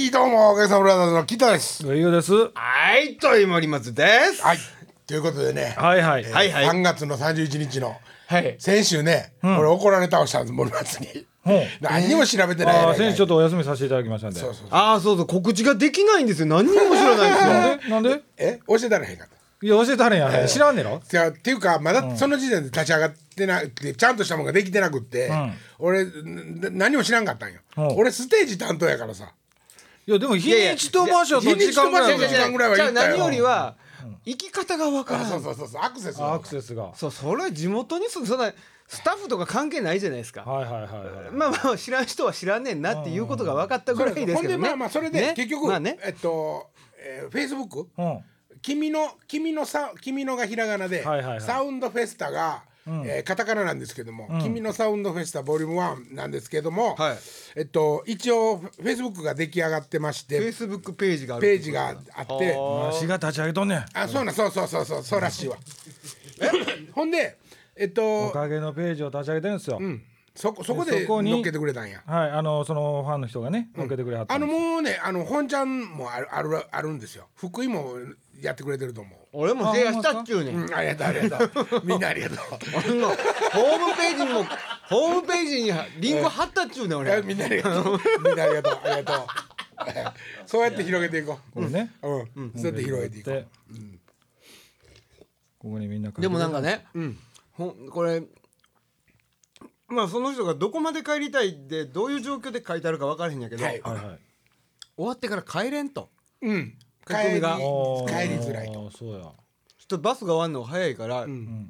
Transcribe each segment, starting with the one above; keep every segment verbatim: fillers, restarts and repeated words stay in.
はいどうもおかげさまブラザーズの北です。 いいよです。 はいとい森松です。 はいということでね、 はいはい、 えーはいはいさんがつのさんじゅういちにちの、 はい、 先週ね、うん、俺怒られ倒したんです森松に。何にも調べてない、 えー、あ先週ちょっとお休みさせていただきましたんで。 そうそうそうああそうそう告知ができないんですよ。何にも知らないですよ。 なんでなんでえ教えたらへんかった。 いや教えたらへんやん、えー、知らんねろ。 いやっていうかまだその時点で立ち上がってなくてちゃんとしたものができてなくって、うん、俺何も知らんかったんよ、うん、俺ステージ担当やからさ。 いやでも日にちと場所と時間ぐらいは時間ぐらいは言ったよ。 何よりは行き方がわからない。 そうそうそうそうアクセスアクセスがそうそれ地元にそんなスタッフとか関係ないじゃないですか。 はいはいはいはい。 まあまあ知らん人は知らんねんなっていうことが分かったぐらいですけどね。 ほんでまあまあそれで、ね、結局、まあね、えっと、えー、フェイスブック、うん、君の君のさ君のがひらがなで、はいはいはい、サウンドフェスタが、うんえー、カタカナなんですけども、うん、君のサウンドフェスタボリュームワンなんですけども、はい、えっと一応フェイスブックが出来上がってまして、 フェイスブックページがあるページがあって私が立ち上げとんねん。 あそうなそうそうそうそうそうらしいわ。ほんでえっとおかげのページを立ち上げてるんですよ。 うんそこそこで乗っけてくれたんや。 はいあのそのファンの人がね乗っけてくれはったんです、 うん、あのもうねあの本ちゃんもあるあるあるんですよ。福井もやってくれてると思う。 俺もシェアしたっちゅうねん、 うん、ありがとうありがとうみんなありがとう。 ホームページにもホームページにリンク貼ったっちゅうねん俺。 みんなありがとうみんなありがとうありがとう。そうやって広げていこう。 これね、 うん、うん、そうやって広げていこう。うん、 ここにみんなでもなんかね、うん、ほこれまあその人がどこまで帰りたいでどういう状況で書いてあるか分からへんやけど、はいはいはい、終わってから帰れんと、 うん、 書き込みが帰りづらいと。 そうやちょっとバスが終わるのが早いから、うん、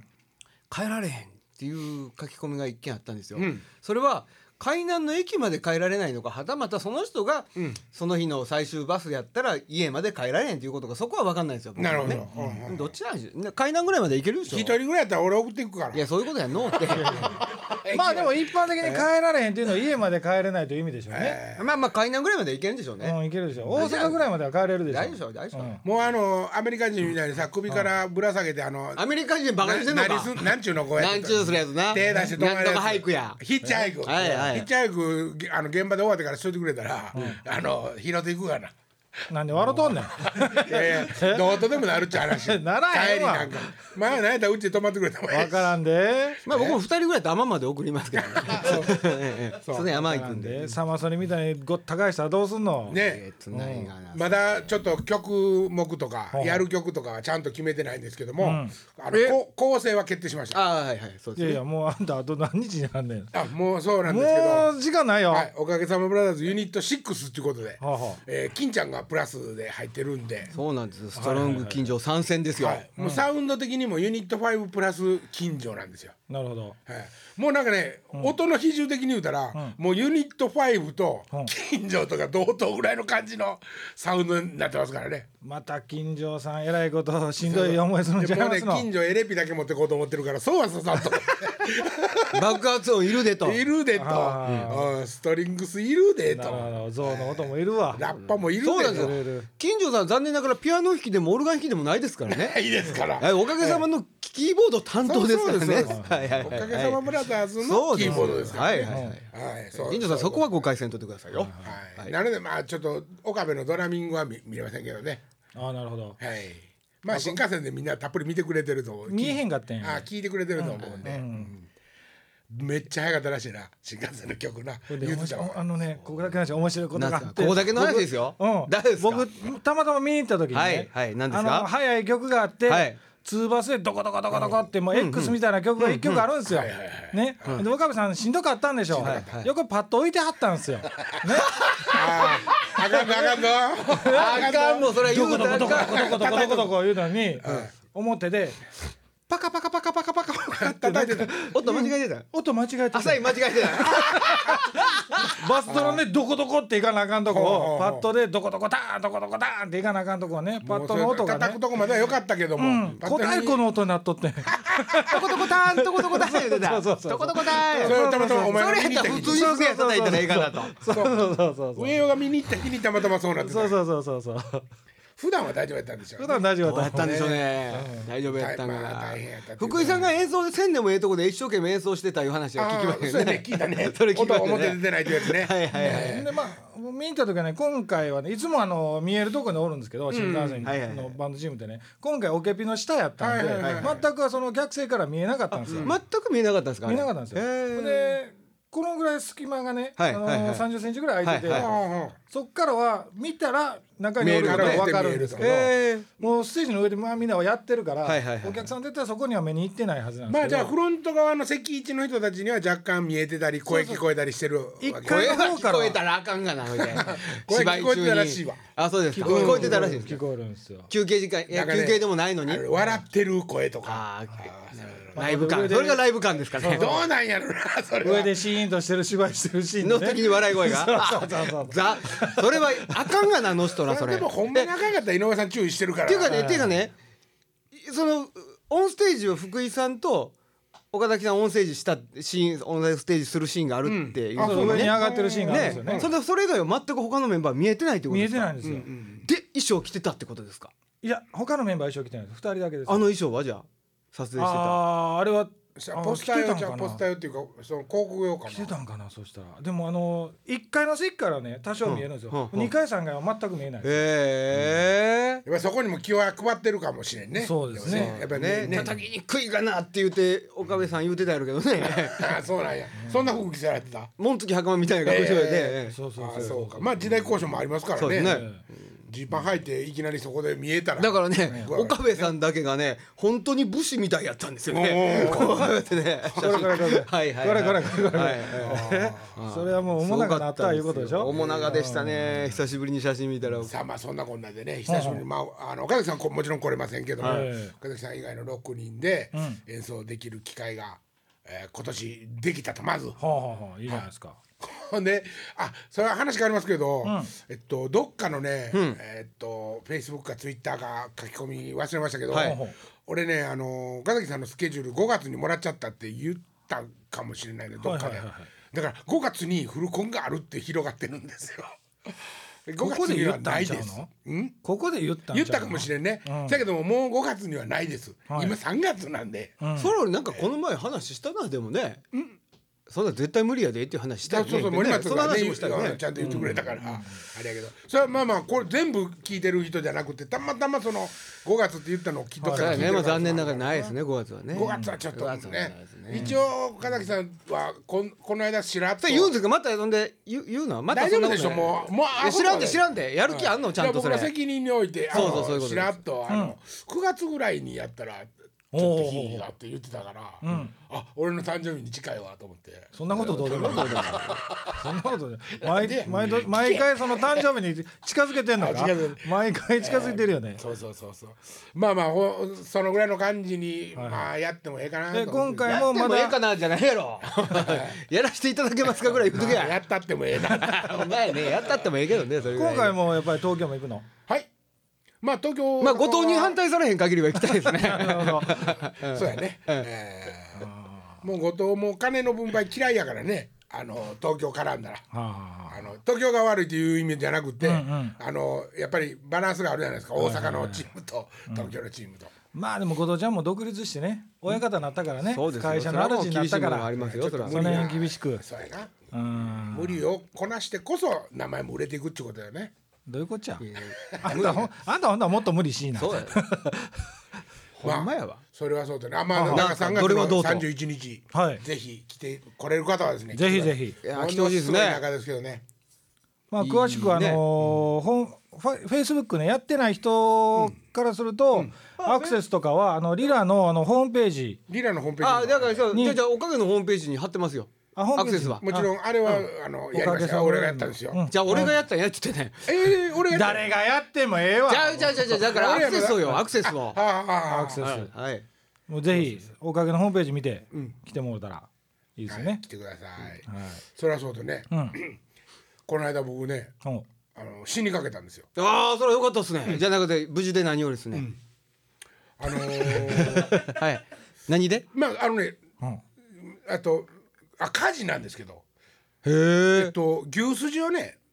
帰られへんっていう書き込みが一件あったんですよ、うん、それは海南の駅まで帰られないのかはたまたその人がその日の最終バスやったら家まで帰られへんっていうことがそこは分かんないんですよ。 なるほど、 うん、どっちなんでしょう。海南ぐらいまで行けるでしょ。 一人ぐらいやったら俺送っていくから。 いやそういうことやのってまあでも一般的に帰られへんっていうのは家まで帰れないという意味でしょうね、 えー、まあまあ海南ぐらいまで行けるんでしょうね。 うん行けるでしょう。大阪ぐらいまでは帰れるでしょう。 大丈夫大丈夫、うん、 もうあのアメリカ人みたいにさ首からぶら下げてあのアメリカ人バカにしてんのか。 ななんちゅうのこうやってなんちゅうするやつな。 手出して止まるやつなんとかハイクやヒッチハイク、 はいはい、 ヒッチハイクあの現場で終わってからしといてくれたら、うん、あの拾っていくがな。 なんで笑うとんねん。 いやいやどうとでもなるっちゃう話。 ならへんわ。 帰りなんかまあ何やったらうちで泊まってくれたもん。 分からんで。 まあ僕もふたりぐらいと天まで送りますけどね。そうそれ山行くんで。 サマソニみたいにご高い人はどうすんの。 ね、うん、まだちょっと曲目とかやる曲とかはちゃんと決めてないんですけども、うん、あの構成は決定しました。 あはいはいそうですね。 いやいやもうあんたあと何日にあんねん。 あもうそうなんですけど。 もう時間ないよ。 はい、おかげさまブラザーズユニットシックスっていうことで、はあはあえー、金ちゃんがプラスで入ってるんで。 そうなんです。ストロング金城参戦ですよ、はいはい、 もうサウンド的にもユニットファイブプラス金城なんですよ。 なるほど、 はい、もうなんかね、うん、音の比重的に言うたら、うん、もうユニットファイブと金城とか同等ぐらいの感じのサウンドになってますからね。 また金城さんえらいことしんどい思いするんじゃないますの。 もうね金城エレピだけ持ってこうと思ってるからそうはささっと爆発音いるでといるでと、うん、ストリングスいるでと。 なるほど象の音もいるわ、 ラッパもいるでと。 そうなんですよ。金城さん残念ながらピアノ弾きでもオルガン弾きでもないですからね。 いいですから。 おかげさまのキーボード担当ですからね。 おかげさまブラザーズのキーボードですから。はいはいはい。 金城さんそこは誤解せんとってくださいよ。 はい。なのでまあちょっと岡部のドラミングは見れませんけどね。 ああなるほど。はい。 まあ新幹線でみんなたっぷり見てくれてると思う。 見えへんかったんや。 あ聞いてくれてると思うんで。めっちゃ早かったらしいな新幹線の曲な。 あのねここだけの話面白いことがあって。 ここだけの話ですよ。 僕たまたま見に行った時にね、 はい何ですか。 早い曲があって。ツーバスでドコドコドコドコってもう X みたいな曲がいっきょくあるんですよ。ね。で岡部さんしんどかったんでしょ。横パッと置いてはったんですよ。ね。 あかんのあかんの。 あかんのそれ言うたらあかん。 ドコドコドコドコドコドコ言うのに表で。パカパカパカパカパカパカって叩いてた。音間違えてた。 音間違えてた。 浅い間違えてた。 バスドラねどこどこっていかなあかんとこをパッドでどこどこターンどこどこターンっていかなあかんとこはねパッドの音がね叩くとこまでは良かったけども小太鼓の音になっとってどこどこターンどこどこターン言うてた。どこどこターン。 それたまたまお前が見に行った日に普通にやったらいいかなと。 そうそうそうそう上尾が見に行った日にたまたまそうなってた。 そうそうそうそうそう普段は大丈夫やったんでしょう、ね、 普段大丈夫やったんでしょうね、うん、大丈夫やったんかな、まあ、福井さんが演奏でせんでもええとこで一生懸命演奏してたいう話は聞きましたよね。 聞いたねそれ聞きましたね。 表出てないというやつねはいはいはい、 でまあ見に行った時はね、今回はねいつもあの見えるところにおるんですけど、新幹線のバンドチームってね、今回オケピの下やったんで、はいはいはいはい、全くその客席から見えなかったんですよ。 全く見えなかったんですか、 見えなかったんですよ。でこのぐらい隙間がね、はいはいはい、あのー、さんじゅっセンチぐらい空いてて、はいはいはい、そっからは見たら中におることが分かるんですけど、えー、もうステージの上でまあみんなはやってるから、はいはいはい、お客さん絶対そこには目に行ってないはずなんですけど、 まあじゃあフロント側の席位置の人たちには若干見えてたり声聞こえたりしてるわけ。 いっかいの方から声聞こえたらあかんがなみたいな声聞こえてたらしいわ。 あ、そうですか。聞こえてたらしいです。 聞こえるんですよ。 休憩時間、いや、ね、休憩でもないのに笑ってる声とか、 あライブ感、それがライブ感ですかね。 どうなんやろな、それは上でシーンとしてる芝居してるシーン、 ね、の時に笑い声がそうそうそうざそれはあかんがな、あの人らそれ。 でもほんまにあかんかったら井上さん注意してるから。 っていうかね、っていうかね、そのオンステージを福井さんと岡崎さんオンステージしたシーン、オンステージするシーンがあるっていう、 うん、上に上がってるシーンがあるんですよね。 ね、それそれ以外は全く他のメンバー見えてないってことですか。 見えてないんですよ、うんうん、で衣装着てたってことですか。 いや他のメンバー衣装着てないです。ふたりだけです。 あの衣装はじゃあ撮影してた。 ああれはポスター用じゃポスター用っていうかその広告用かな。 着てたんかな。そしたらでもあのいっかいの席からね多少見えるんですよ、うんうん、にかいさんがいは全く見えないです。 へえ、 うん、そこにも気は配ってるかもしれんね。 そうですね。 やっぱりね、ね、叩きにくいかなって言って岡部さん言うてたやろけどねあ、そうなんや、うん、そんな服着せられてた。 紋付き袴みたいな格好で、 えー、そうそうそうそうか。まあ時代交渉もありますからね。そうですね、ジーパン履いていきなりそこで見えたらだからね、岡部さんだけがね本当に武士みたいやったんですよね。こうやってね、 これこれこれはいはいこれこれこれこれそれはもう面長なったいうことでしょ。 面長でしたね。久しぶりに写真見たらさあ、まあそんなこんなでね、久しぶりにまああの岡崎さんもちろん来れませんけども、岡崎さん以外のろくにんで演奏できる機会がえ今年できたと。まずはあはあいいじゃないですか。 ほんで、あ、それは話変わりますけど、うん、えっとどっかのね、うん、えっとフェイスブックかツイッターか書き込み忘れましたけど、はい、俺ね、あの岡崎さんのスケジュールごがつにもらっちゃったって言ったかもしれないね、どっかで、はいはいはいはい、だからごがつにフルコンがあるって広がってるんですよ。ごがつにはないです。 ここで言ったん言ったかもしれんね、うん、だけどももうごがつにはないです、はい、今さんがつなんで、 うん、それなんかこの前話したな。でもね、うん、そんな絶対無理やでっていう話したよね。 そうそうそう、森松がね、ちゃんと言ってくれたから、うん、あれやけど、それはまあまあこれ全部聞いてる人じゃなくて、たまたまそのごがつって言ったのを聞いとから聞いてるから、 ね、まあ、残念ながらないですね。ごがつはね、 ごがつはちょっと ね, ね一応岡崎さんはここの間しらっと言うんですか。またそんで言う言うのはまた大丈夫でしょ。もうもう知らんで知らんでやる気あんの、うん、ちゃんとそれ僕の責任において、そうそうそういうことしらっとあの、うん、くがつぐらいにやったらちょっと日がって言ってたから、うん、あ、俺の誕生日に近いわと思って。 そんなことどうでもいい。そんなことで毎毎毎回その誕生日に近づけてんのか。毎回近づいてるよね、 えー、そうそうそうそう。まあまあほそのぐらいの感じに、はい、まあやってもええかなと思って。 で今回もまだやってもええかなじゃないやろやらせていただけますかぐらい言うときや、 まあ、やったってもええなお前ね、やったってもええけどね。それ今回もやっぱり東京も行くの。 はい、まあ東京、 まあ後藤に反対されへん限りは行きたいですねそうやね、えー、もう後藤も金の分配嫌いやからね、あの東京絡んだら、あの東京が悪いという意味じゃなくて、うんうん、あのやっぱりバランスがあるじゃないですか、大阪のチームと東京のチームと、 うん、まあでも後藤ちゃんも独立してね、親方になったからね、うん、会社の主になったから、 ありますよ、その辺厳しく、 そうやな、うん、無理をこなしてこそ名前も売れていくってことだよね。 どういうこっちゃ。あんたほんあんたほんならもっと無理しいな。 そうやほんまやわ。 それはそうだね。あ、まあなんかさんがつのさんじゅういちにち、はい、ぜひ来て来れる方はですね、 ぜひぜひ。 いや来てほしいですね。 中ですけどね。 まあ詳しくはあの本フェイスブックねやってない人からすると、アクセスとかはあのリラのあのホームページ、 リラのホームページ、 あ、だからそう、じゃあおかげのホームページに貼ってますよ。アクセスはもちろんあれはあのやりました。俺がやったんですよ。 じゃあ俺がやったんやってね。 ええ、俺が誰がやってもええわ。 じゃあじゃあじゃあじゃあだからアクセスをよ、アクセスを。 アクセス。はい。もうぜひおかげのホームページ見て来てもらったらいいですね。 来てください。それはそうとね。この間僕ね、あの死にかけたんですよ。 ああ、それは良かったですね。じゃなくて無事で何よりですね。 あのはい。 何で？ まああのね、あと。あ、火事なんですけど、 へえ、 えっと牛すじをね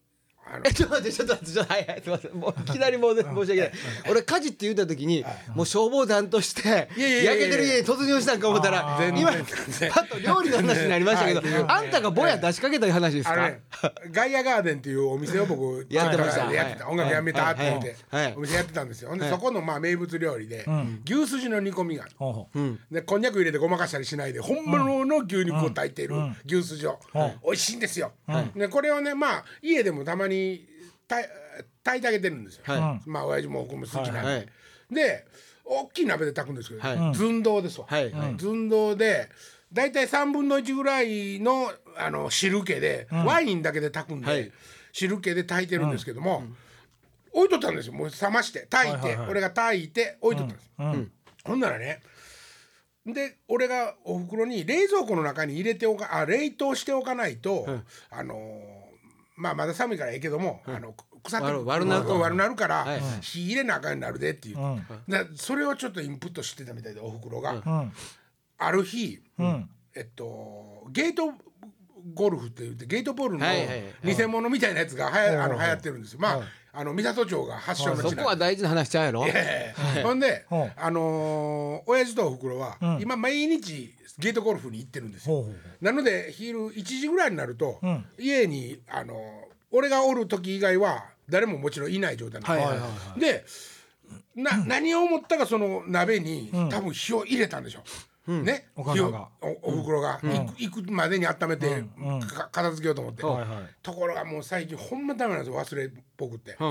あのえちょっと待ってちょっと待ってちょっとはいはいすいませんもういきなりもう申し訳ない俺火事って言った時にもう消防団として焼けてる家に突入したんか思ったら今パッと料理の話になりましたけどあんたがぼや出しかけたいう話ですか。 ガイアガーデンっていうお店を僕やってましたやってた音楽やめたって言ってお店やってたんですよ。でそこのまあ名物料理で牛すじの煮込みがでこんにゃく入れてごまかしたりしないで本物の牛肉を炊いている牛すじを美味しいんですよ。でこれをねまあ家でもたまに炊いてあげてるんですよ。まあ親父もお米好きなんでで大きい鍋で炊くんですけど寸胴ですわ。寸胴でだいたいさんぶんのいちぐらいのあの汁気でワインだけで炊くんで汁気で炊いてるんですけども置いとったんですよ。もう冷まして炊いて俺が炊いて置いとったんです。ほんならねで俺がお袋に冷蔵庫の中に入れておかあ冷凍しておかないと、うん、あのー、まあまだ寒いからええけども、うん、あの腐って悪なる悪なるから、はい、火入れなあかんになるでっていう、うん、でそれをちょっとインプットしてたみたいでお袋が、うん、ある日、うん、えっとゲートゴルフって言ってゲートボールの偽物みたいなやつがはや、あの流行ってるんですよ。まあ、はいあの三郷町が発祥の地なんでそこは大事な話ちゃうやろ。いやいやいやほんで、あのー、親父とおふくろは、うん、今毎日ゲートゴルフに行ってるんですよ。なので昼いちじぐらいになると、うん、家に、あのー、俺がおる時以外は誰ももちろんいない状態なんです、はいはいはい、でな何を思ったかその鍋に、うん、多分火を入れたんでしょう、ね、おふくろが、うん、行くまでに温めて、うん、片付けようと思って、はいはい、ところがもう最近ほんまダメなんですよ忘れっぽくって、うん、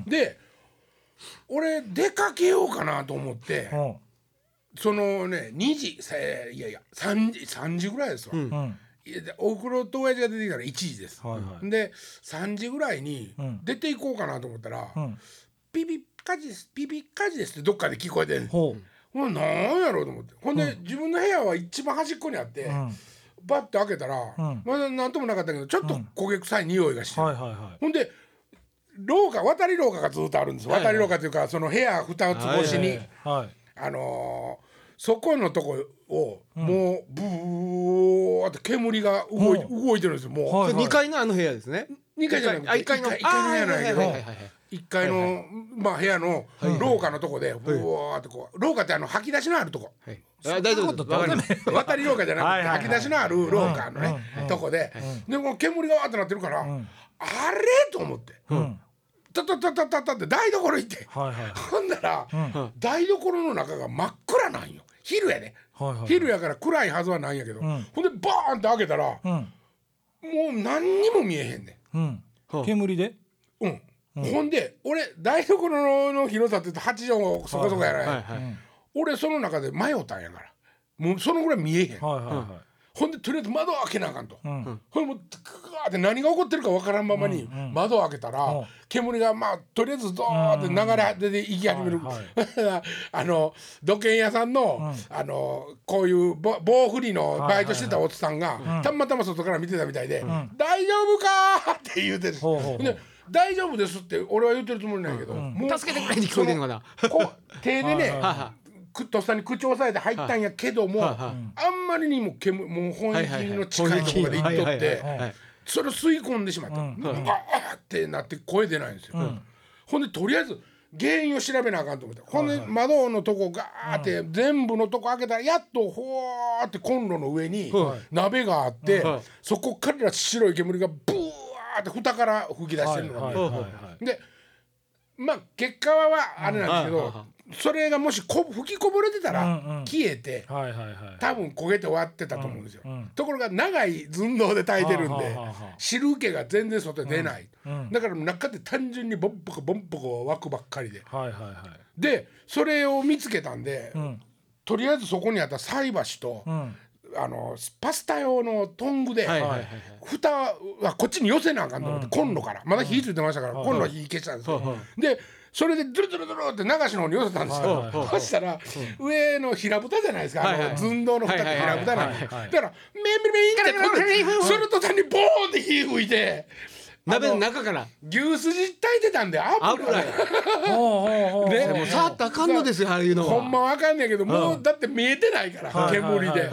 で俺出かけようかなと思って、うん、そのねにじいやいやさんじさんじぐらいですわ、うん、おふくろと親父が出てきたらいちじです、はいはい、でさんじぐらいに出ていこうかなと思ったら、うん、ピピ火事ですピピ火事ですってどっかで聞こえてる、うんもうなんやろうと思ってほんで、うん、自分の部屋は一番端っこにあって、うん、バッと開けたら、うん、まだ何ともなかったけどちょっと焦げ臭い匂いがして、うんはいはいはい、ほんで廊下渡り廊下がずっとあるんです、はいはい、渡り廊下というかその部屋ふたつ越しに、はいはいはい、あのー、そこのとこを、うん、もうブーって煙が動い、うん、動いてるんですよもう、はいはい、 にかいのあの部屋ですねにかいじゃなくていっかいの部屋なんやけどいっかいの、はいはいまあ、部屋の廊下のとこでブワーってこう廊下ってあの吐き出しのあるとこ、はい、大丈夫です渡り廊下じゃなくて吐き出しのある廊下のねとこででも煙がわーってなってるからあれと思ってタタタタタタって台所行ってほんなら台所の中が真っ暗なんよ昼やね昼やから暗いはずはないんやけどほんでバーンって開けたらもう何にも見えへんねん煙でうんうん、ほんで俺台所の広さって言うとはち畳そこそこやない、はいはいはい、俺その中で迷ったんやからもうそのぐらい見えへん、はいはいはい、ほんでとりあえず窓開けなあかんと、うん、ほんでもうグワーって何が起こってるかわからんままに窓開けたら、うんうん、煙がまあとりあえずドーって流れ出ていき始める、うんはいはい、あの土建屋さんの、うん、あのこういう棒振りのバイトしてたおっさんが、はいはいはい、たまたま外から見てたみたいで、うん、大丈夫かって言うてる、うん、で大丈夫ですって俺は言ってるつもりなんやけど、うん、 もう助けてくれって聞こえてんのかなこう手でねとっさに口を押さえて入ったんやけども、はあんまりにも煙もう本域の近いところまで行っとってそれを吸い込んでしまった、うん、あーってなって声出ないんですよ、うん、ほんでとりあえず原因を調べなあかんと思って、ほんで窓のとこガーって全部のとこ開けたらやっとほーってコンロの上に鍋があって、そこから白い煙がブワーって蓋から吹き出してるのが見える、はいはいはい、でまあ結果はあれなんですけど、うんそれがもしこ吹きこぼれてたら消えて、うんうんはいはいはい、多分焦げて終わってたと思うんですよ、うんうん、ところが長い寸胴で炊いてるんで汁気が全然外に出ない、うんうん、だから中で単純にボンポコボンポコ湧くばっかりで、はいはいはい、でそれを見つけたんで、うん、とりあえずそこにあった菜箸と、うんあのパスタ用のトングで、はいはいはいはい、蓋はこっちに寄せなあかんと思って、うん、コンロからまだ火ついてましたから、うん、コンロは火消したんですよ、うん、でそれでドゥルドゥルドゥルって流しの方に寄せたんですよ、はいはいはい、そしたら、うん、上の平蓋じゃないですか、はいはいはい、あの寸胴の蓋って平蓋なんで、だからメンメンメンってその途端にボーンって火吹いて鍋の中から牛すじ炊いてたんで油がねもう触ったらあかんのですよああいうのはほんまはあかんねんけど、もうだって見えてないから、うん、煙で、はいはいはいはい、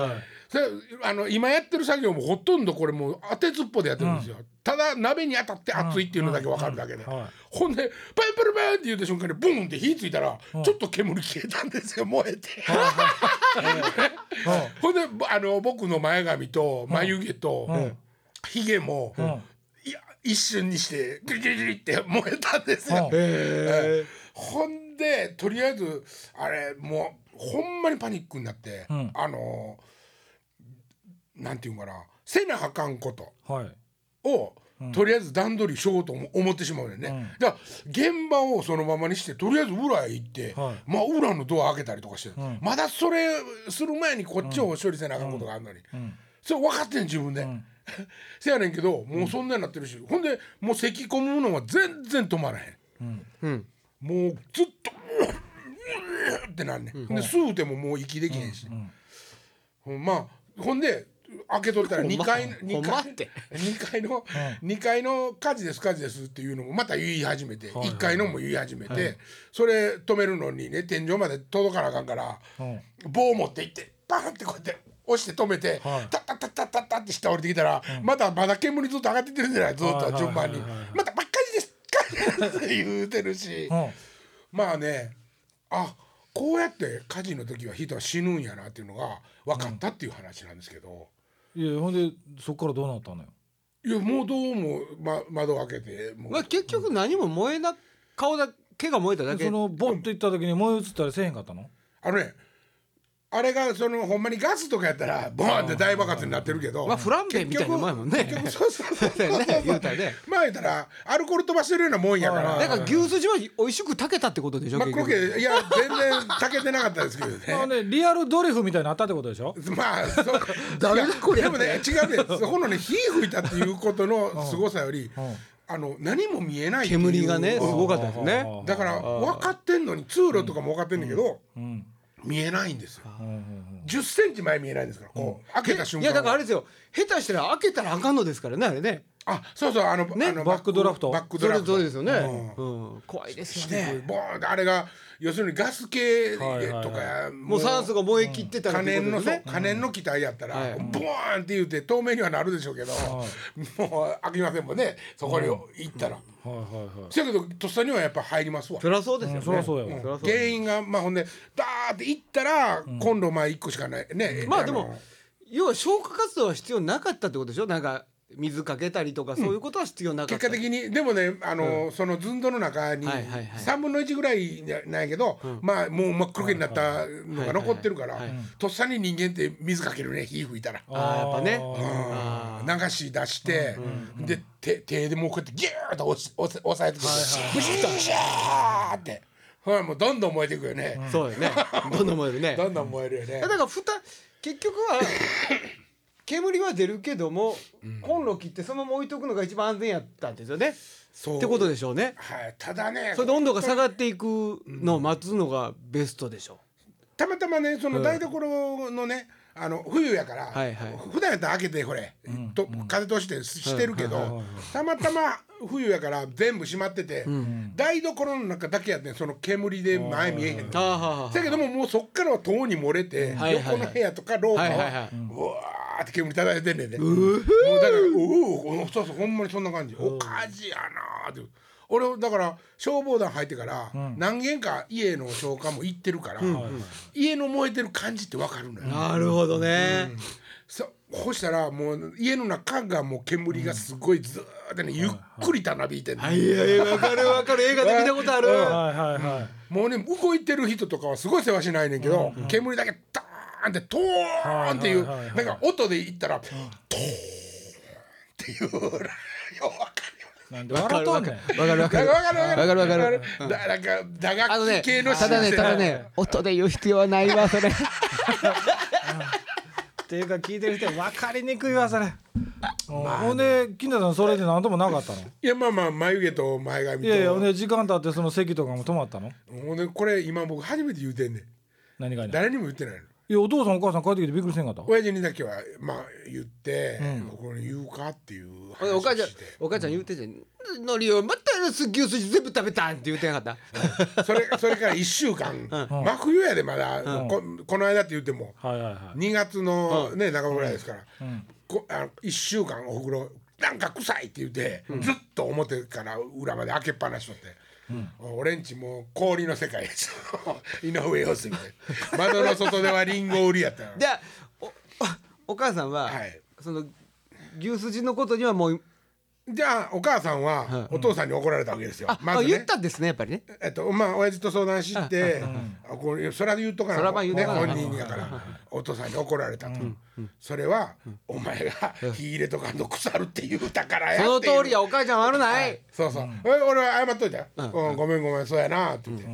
それあの今やってる作業もほとんどこれもう当てずっぽでやってるんですよ、うん、ただ鍋に当たって熱いっていうのだけ分かるだけで、うんうんはい、ほんでパンパルパンって言った瞬間にボンって火ついたら、うん、ちょっと煙消えたんですよ燃えてほんであの僕の前髪と眉毛と、うん、ひげも、うん、いや一瞬にしてギリギリギリって燃えたんですよ、うんえー、ほんでとりあえずあれもうほんまにパニックになって、うん、あのなんていうんかなせなあかんことを、はいうん、とりあえず段取りしようと思ってしまうよね、うん、だから現場をそのままにしてとりあえず裏へ行って、はい、まあ裏のドア開けたりとかして、うん、まだそれする前にこっちを処理せなあかんことがあるのに、うん、それ分かってん自分で、うん、せやねんけどもうそんなになってるし、ほんでもう咳込むのは全然止まらへん、うん、もうずっとってなんね、うん、で吸うてももう息できへんし、うんうん、まあほんで開けとったらにかいにかいにかいのにかいの火事です火事ですっていうのもまた言い始めて、はいはい、いっかいのも言い始めて、はい、それ止めるのにね天井まで届かなあかんから、うん、棒を持っていってパンってこうやって押して止めて、はい、タッタッタッタッタッタッって下降りてきたら、うん、まだまだ煙ずっと上がってってるんじゃないずっと順番にまたばっかりです火事ですって言うてるし、うん、まあねあこうやって火事の時は人は死ぬんやなっていうのが分かったっていう話なんですけど、 うん、いやほんでそっからどうなったのよ。 いやもうどうも、ま、窓開けてもう、 まあ、結局何も燃えな、うん、顔だけが燃えただけ。 そのボンといった時に燃え移ったりせえへんかったの。 あのねあれがそのほんまにガスとかやったらボーンって大爆発になってるけど、 まあフランベみたいな前もんね。 結局そうそうそうそうね言うたらね。まあ言ったらアルコール飛ばしてるようなもんやから。 だから牛すじは美味しく炊けたってことでしょ。 まあコケいや全然炊けてなかったですけどね。 まあねリアルドリフみたいなあったってことでしょ。 まあそうダメだこれ。でもね違うね。そこのね火吹いたっていうことの凄さより。あの何も見えない煙がねすごかったですね。 だから分かってんのに通路とかも分かってんだけど。見えないんですよ。じゅっセンチ前見えないんですから、こう開けた瞬間。 いやだからあれですよ。下手したら開けたらあかんのですからねあれね。 あ、そうそうあのねバックドラフト。 バックドラフト。 そうですよね。怖いですよね。 ボーンってあれが要するにガス系とかもう酸素が燃え切ってたら可燃の可燃の気体やったらボーンって言って透明にはなるでしょうけど、もう開きませんもんね。そこに行ったら。はいはいはい。せやけどとっさにはやっぱ入りますわ。 そりゃそうですよね。 そりゃそうやわ。 原因がまあほんでダーって行ったら今度まあ一個しかないね。 まあでも要は消火活動は必要なかったってことでしょ。なんか水かけたりとかそういうことは必要なかった。 結果的にでもねあのその寸胴の中にさんぶんのいちぐらいなんやけどまあもう真っ黒になったのが残ってるからとっさに人間って水かけるね火吹いたら。 あやっぱね。 流し出してで手手でもうこうやってギューッと押さえてくる。ブシッブシャーって。ほらもうどんどん燃えていくよね。 そうよね。どんどん燃えるね。 どんどん燃えるよね。 だからふた結局は煙は出るけども、うん、コンロ切ってそのまま置いとくのが一番安全やったんですよね。そうってことでしょうね。 はい、ただねそれで温度が下がっていくのを待つのがベストでしょう。 たまたまねその台所のね、うん、あの冬やから、はいはい、普段やったら開けてこれ、うん、と風通してしてるけど、うん、たまたま冬やから全部閉まってて、うん、台所の中だけやってんその煙で前見えへんの。だけどももうそっからは塔に漏れて、はいはいはい、横の部屋とか廊下は、はいはいはい、うわーって煙叩いてんねんね。もうだからうおそうそうほんまにそんな感じ。お火事やなーって。俺だから消防団入ってから、うん、何軒か家の消火も行ってるから、うん、家の燃えてる感じって分かるのよ。 なるほどね、うん、 そそしたらもう家の中がもう煙がすごいずーっとね、うん、ゆっくりたなびいてんの、 はいはい、分かる分かる映画で見たことある、うんはいはいはい、 もうね動いてる人とかはすごい世話しないねんけど、うん、煙だけターンってトーンっていう、はいはいはいはい、なんか音で言ったら、うん、トーンっていうよう分かる。 なんで笑っとんねん。 わかるわかるわかるわかるわかる。 だなんか打楽器系のただねただね音で言う必要はないわそれ。 っていうか聞いてる人は分かりにくいわそれ。ほんで金田さんそれで何ともなかったの？ いやまあまあ眉毛と前髪と。 いやいやほんで時間経ってその席とかも止まったの？ ほんでこれ今僕初めて言うてんねん。 何が？ 誰にも言ってないの。 いやお父さんお母さん帰ってきてびっくりせんかった？ 親父にだけはまあ言って、うん、これ言うかっていう話お母ちゃんお母ちゃん言うてて、うん、のりをまたす牛すじ全部食べたんって言うてなかった、 うん、それそれからいっしゅうかん、うん、真冬やでまだ、うん、こ, この間って言っても、はいはいはい、にがつの、ね、中ぐらいですから、うん、こあのいっしゅうかんお風呂なんか臭いって言って、うん、ずっと表から裏まで開けっぱなしとって、うん、俺んちもう氷の世界です井上陽水みたいな窓の外ではリンゴ売りやったの。 で お, お, お母さんは、はい、その牛すじのことにはもうじゃあお母さんはお父さんに怒られたわけですよ、 うん、まずね、あ言ったんですねやっぱりね、 えっとまあ親父と相談して、うん、これそれは言うとかな、ね、本人やからお父さんに怒られたと、うんうん、それは、うん、お前が火入れとかんと腐るって言うたからやってその通りやお母ちゃん悪ない、はい、 そうそう、うん、俺は謝っといたよ、うんうん、ごめんごめんそうやなって言って、うん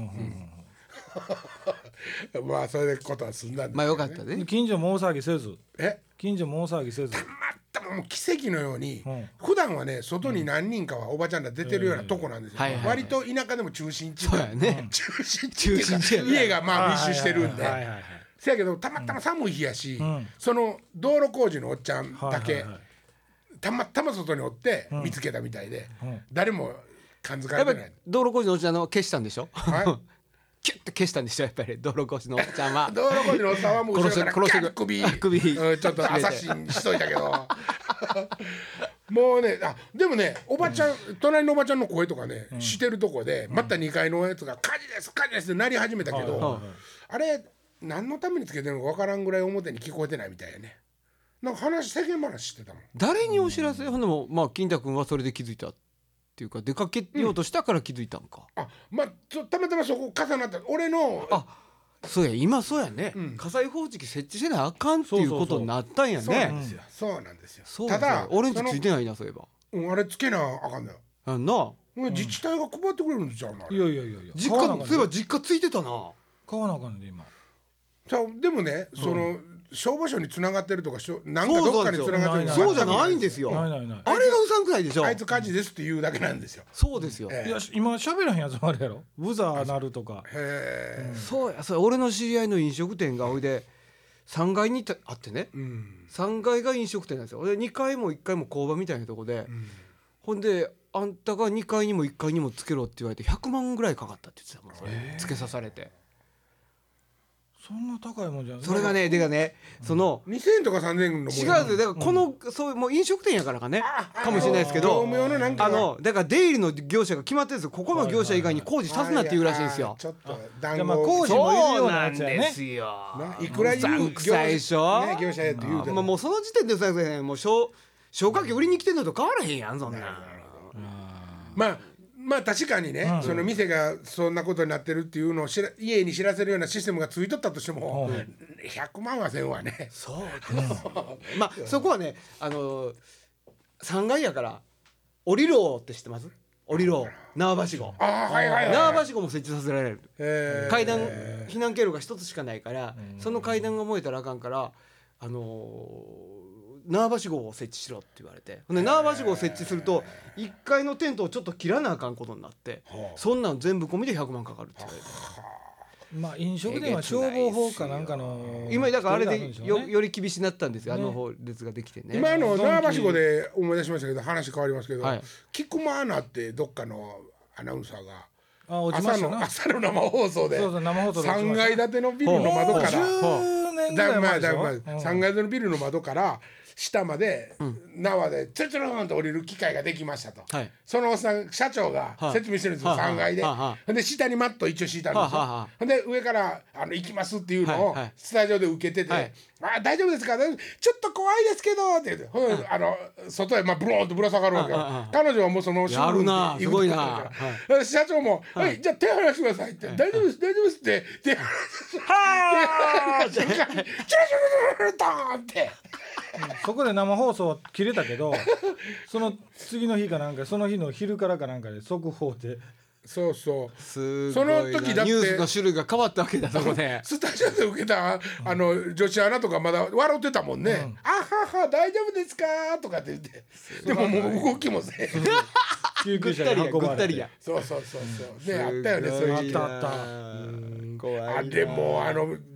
うん、まあそれでことは済んだんですけど、ね、 まあよかったね。 近所も大騒ぎせずえ近所も大騒ぎせずたまたまもう奇跡のように、うん、普段はね外に何人かはおばちゃんら出てるようなとこなんですよ、うん、割と田舎でも中心地で、 ね、 中心地っていうか家がまあ密集してるんでせやけどたまたま寒い日やし、うん、その道路工事のおっちゃんだけ、はいはいはい、たまたま外におって見つけたみたいで、うん、誰も感づかれてない。やっぱ道路工事のおっちゃんの消したんでしょ、はいキュッと消したんでしょやっぱり道路工事のおっちゃんは道路工事のおっさんはもう後ろからキャッ首首、 うん、ちょっとアサシンしといたけどもうねあでもねおばちゃん、うん、隣のおばちゃんの声とかね、うん、してるとこでまたにかいのやつが火事です火事ですって鳴り始めたけど、はいはいはい、あれ何のためにつけてるのか分からんぐらい表に聞こえてないみたいやね。なんか話世間話してたもん。 誰にお知らせ、うん、ほんでもまあ金太君はそれで気づいたっていうか出かけようとしたから気づいたんか、 うん、あまあたまたまそこ重なった俺のあそうや今そうやね、うん、火災報知器設置せなあかんっていうことになったんやね。そうなんですよ、 そうなんですよ。 そうただ俺んちついてないなそういえば、 うん、あれつけなあかんだよあんな、 うん、自治体が配ってくれるんちゃうの。 いやいやいやいや実家そういえば実家ついてたな。 買わなあかんね今。 さでもねその、うん消防署に繋がってるとかなんかどっかに繋がってるそうじゃないんですよ。ないないないあれがうさんくさいでしょ。 あいつ火事ですって言うだけなんですよ。 そうですよ、 えー、いや今喋らへんやつもあるやろブザー鳴るとか。 へえ、うん、そうやそれ俺の知り合いの飲食店がおいでさんがいにあってね、うん、さんがいが飲食店なんですよ。でにかいもいっかいも工場みたいなとこで、うん、ほんであんたがにかいにもいっかいにもつけろって言われてひゃくまんぐらいかかったって言ってたもんそれつけさされて。 そんな高いもんじゃん。 それがねでかね、うん、そのにせんえんとかさんぜんえんのもん違うんですよ。だからこの、うん、そうもう飲食店やからかねかもしれないですけど、あのだから出入りの業者が決まってるんですよ。ここの業者以外に工事さすなって言うらしいんですよ。 ちょっと談合工事もいるようなやつやね。 そうなんですよ。 いくら言う業者でしょ、 ね、業者やって言うても、まあ、もうその時点でさもう消消火器売りに来てんのと変わらへんやんそんな。 まあまあ確かにね、うん、その店がそんなことになってるっていうのをしら家に知らせるようなシステムがついとったとしても、うん、ひゃくまんはせんわね。 そうですまあそこはねあのさんがいやから降りろって知ってます？降りろ縄ばしご。 あはいはいはい、 縄ばしごも設置させられる。階段避難経路が一つしかないからその階段が燃えたらあかんからあのー縄ばしごを設置しろって言われてで縄ばしごを設置するといっかいのテントをちょっと切らなあかんことになってそんなん全部込みでひゃくまんかかるって言われて。 まあ飲食店は消防法かなんかの今だからあれで よ, より厳しになったんですよ、ね、あの法律ができてね。 今の縄ばしごで思い出しましたけど話変わりますけど、はい、キクマアナってどっかのアナウンサーがあ落ちましたな朝の、朝の生放送でそうそう生放送でさんがい建てのビルの窓からじゅうねんぐらい前でしょ、 うん、さんがい建てのビルの窓から下まで縄でツルツルンと降りる機械ができましたと、はい、そのおっさん社長が説明してるんですよ、はあ、さんがいで、はあはあ、で下にマット一応敷いたんですよ、はあはあ、で上からあの行きますっていうのをスタジオで受けてて、はいはい、あ大丈夫ですかちょっと怖いですけどって言って、はい、あの外へまあブローンとぶら下がるわけよ、はあはあ、彼女はもうそのやるなすごいな、 はい、社長も、はいはい、じゃあ手離してくださいって、はい、大丈夫です大丈夫ですって手離してはあチュルチュルチュルチュルドーンってそこで生放送切れたけどその次の日かなんかその日の昼からかなんかで速報でそうそうすごいなその時だってニュースの種類が変わったわけだそこでスタジオで受けたあの女子アナとかまだ笑ってたもんね、うん、あはは大丈夫ですかとかって言ってでももう動きもせ救急車に運ばれてそうそうそうそうねあったよねそういうあったあったうん怖いなあでもあの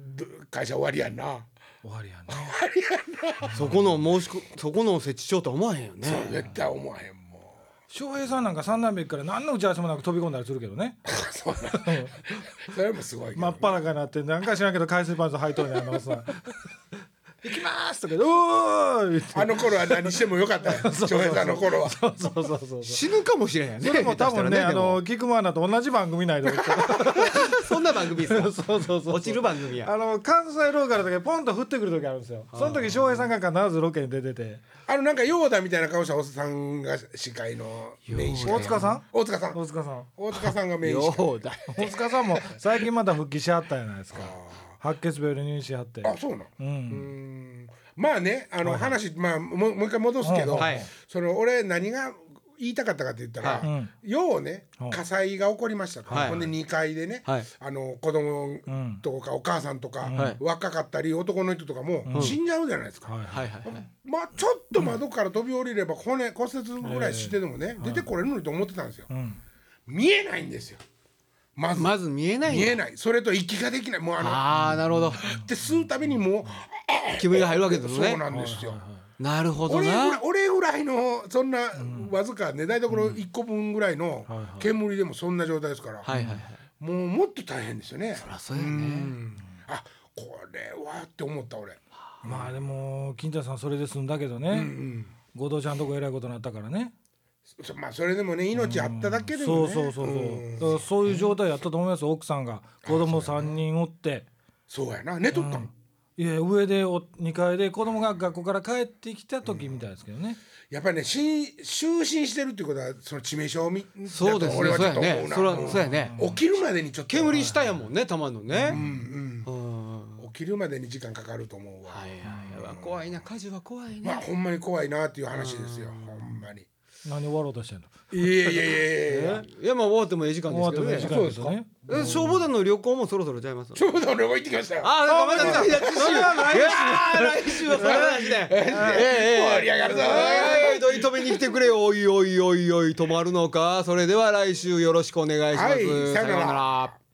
会社終わりやんな。 終わりやね。 終わりやんな。 そこの申しこそこの設置しようとは思わへんよね。 そう絶対思わへんもん。 翔平さんなんか三段目から何の打ち合わせもなく飛び込んだりするけどね。 そうなんそれもすごいけど、ね、 真っ裸になってなんか知らんけど海水パンツ履いとんねんあのさ行きますとかおーいあの頃は何してもよかったよ翔平さんの頃は。 そうそうそうそう死ぬかもしれんやね。 それも多分ねあのキックマンナと同じ番組内でそんな番組ですか。 そうそうそう落ちる番組や。 あの関西ローカルとかポンと降ってくる時あるんですよ。その時翔平さんが必ずロケに出てて、 あのなんかヨーダみたいな顔したおっさんが司会のメイン司会。 大塚さん大塚さん大塚さん大塚さんがメイン司会。 ヨーダ大塚さんも最近また復帰しはったじゃないですか。白血病で入院しはって。 あそうなの、 うん、 うんまあねあの話、まあ、も, もう一回戻すけど、 はい、その俺何が言いたかったかって言ったら、はい、ようね火災が起こりましたと、はい、ほんでにかいでね、はい、あの子供とかお母さんとか、はい、若かったり男の人とかも死んじゃうじゃないですか、うんはいはいはい、まあちょっと窓から飛び降りれば骨骨折ぐらいしてでもね、うん、出てこれるのにと思ってたんですよ、うん、見えないんですよ。まず、 まず見えない見えない。それと息ができない。もうあのあーなるほどって吸うたびにもう煙が入るわけですね。 そうなんですよ、はいはいはい、 なるほどな。 俺ぐらいのそんなわずかね台所いっこぶんぐらいの煙でもそんな状態ですから、はいはいはい、もうもっと大変ですよね。 そりゃそうやね。うんあこれはって思った俺。 まあでも金太さんそれで済んだけどね、うんうん、後藤ちゃんとこえらいことになったからね。 まあそれでもね命あっただけでもね、 そうそうそうそう、うん、だからそういう状態やったと思います。奥さんが子供さんにんおってそうやな寝とったの、 うん、いや上でにかいで子供が学校から帰ってきた時みたいですけどね、 うん、やっぱりね就寝してるっていうことはその致命傷を見そうですね。俺はちょっと思うな。そうやね。そうやね。 起きるまでにちょっと煙下やもんねたまのね、 うんうん、起きるまでに時間かかると思うわ。 はいはいはい、怖いな。火事は怖いね。 まあほんまに怖いなっていう話ですよ、ほんまに。 何終わろうとしてんの。 いやいやいやいやいやまあ終わってもいい時間ですけどね。 そうですか。 え消防団の旅行もそろそろちゃいます。 消防団の旅行行ってきましたよ。 ああまだ来た。来週来週はそれ話で。ええ盛り上がるぞ。止めに来てくれよ。おいおいおいおい止まるのか。それでは来週よろしくお願いします。 はい、さよなら。